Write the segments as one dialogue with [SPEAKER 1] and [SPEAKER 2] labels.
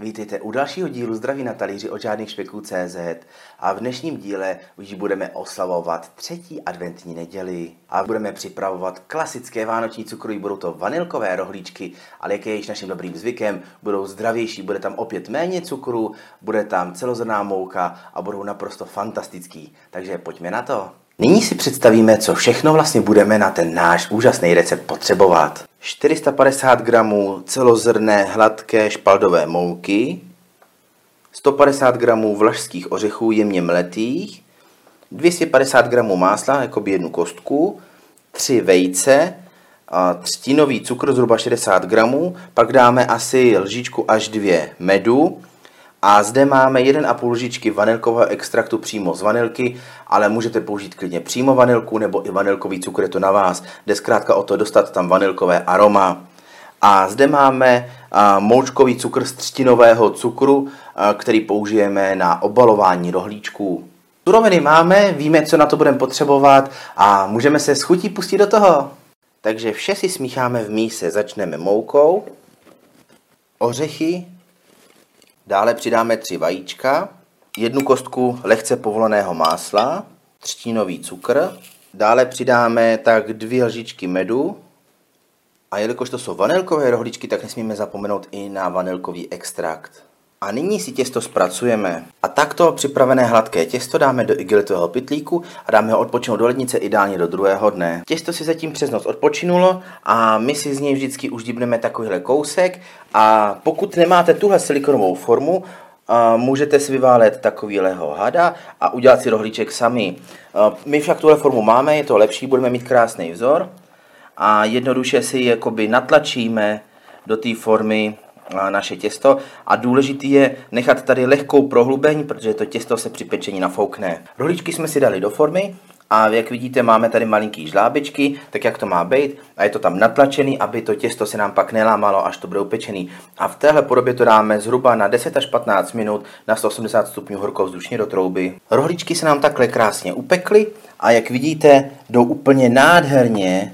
[SPEAKER 1] Vítejte u dalšího dílu Zdraví na talíři od žádných špeků.cz a v dnešním díle už budeme oslavovat 3. adventní neděli a budeme připravovat klasické vánoční cukroví, budou to vanilkové rohlíčky, ale jak je již naším dobrým zvykem, budou zdravější, bude tam opět méně cukru, bude tam celozrnná mouka a budou naprosto fantastický, takže pojďme na to. Nyní si představíme, co všechno vlastně budeme na ten náš úžasný recept potřebovat. 450 gramů celozrnné hladké špaldové mouky, 150 gramů vlašských ořechů jemně mletých, 250 gramů másla, jakoby jednu kostku, 3 vejce, třtinový cukr zhruba 60 gramů, pak dáme asi lžičku až 2 medu, a zde máme 1,5 lžičky vanilkového extraktu přímo z vanilky, ale můžete použít klidně přímo vanilku nebo i vanilkový cukr, je to na vás. Jde zkrátka o to dostat tam vanilkové aroma. A zde máme moučkový cukr z třtinového cukru, který použijeme na obalování rohlíčků. Suroviny máme, víme, co na to budeme potřebovat a můžeme se s chutí pustit do toho. Takže vše si smícháme v míse. Začneme moukou, ořechy, dále přidáme 3 vajíčka, 1 kostku lehce povoleného másla, třtinový cukr, dále přidáme tak 2 lžičky medu a jelikož to jsou vanilkové rohlíčky, tak nesmíme zapomenout i na vanilkový extrakt. A nyní si těsto zpracujeme. A takto připravené hladké těsto dáme do igelitového pytlíku a dáme ho odpočinout do lednice ideálně do druhého dne. Těsto si zatím přes noc odpočinulo a my si z něj vždycky už dýbneme takovýhle kousek a pokud nemáte tuhle silikonovou formu, můžete si vyválet takovýhleho hada a udělat si rohlíček sami. My však tuhle formu máme, je to lepší, budeme mít krásný vzor a jednoduše si jakoby natlačíme do té formy naše těsto a důležitý je nechat tady lehkou prohlubeň, protože to těsto se při pečení nafoukne. Rohlíčky jsme si dali do formy a jak vidíte máme tady malinký žlábečky, tak jak to má být a je to tam natlačený, aby to těsto se nám pak nelámalo, až to bude upečený. A v téhle podobě to dáme zhruba na 10 až 15 minut na 180 stupňů horkovzdušně do trouby. Rohlíčky se nám takhle krásně upekly a jak vidíte jdou úplně nádherně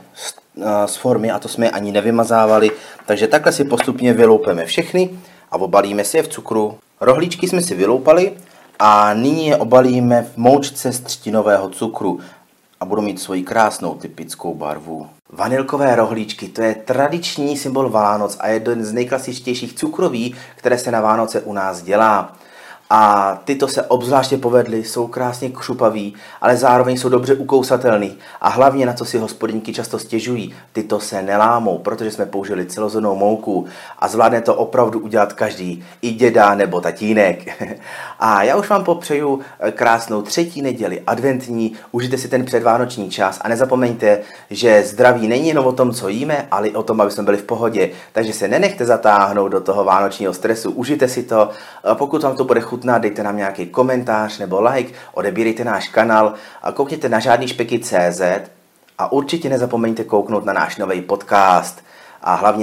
[SPEAKER 1] z formy a to jsme je ani nevymazávali, takže takhle si postupně vyloupeme všechny a obalíme si je v cukru. Rohlíčky jsme si vyloupali a nyní je obalíme v moučce z třtinového cukru a budou mít svoji krásnou typickou barvu. Vanilkové rohlíčky, to je tradiční symbol Vánoc a je jeden z nejklasičtějších cukroví, které se na Vánoce u nás dělá. A tyto se obzvláště povedly, jsou krásně křupaví, ale zároveň jsou dobře ukousatelný. A hlavně na co si hospodyňky často stěžují, tyto se nelámou, protože jsme použili celozrnnou mouku a zvládne to opravdu udělat každý, i děda nebo tatínek. A já už vám popřeju krásnou 3. neděli adventní, užijte si ten předvánoční čas a nezapomeňte, že zdraví není jenom o tom, co jíme, ale i o tom, aby jsme byli v pohodě. Takže se nenechte zatáhnout do toho vánočního stresu, užijte si to, pokud vám to bude chutnat, dejte nám nějaký komentář nebo like, odebírejte náš kanál a koukněte na žádný špeky.cz a určitě nezapomeňte kouknout na náš nový podcast a hlavně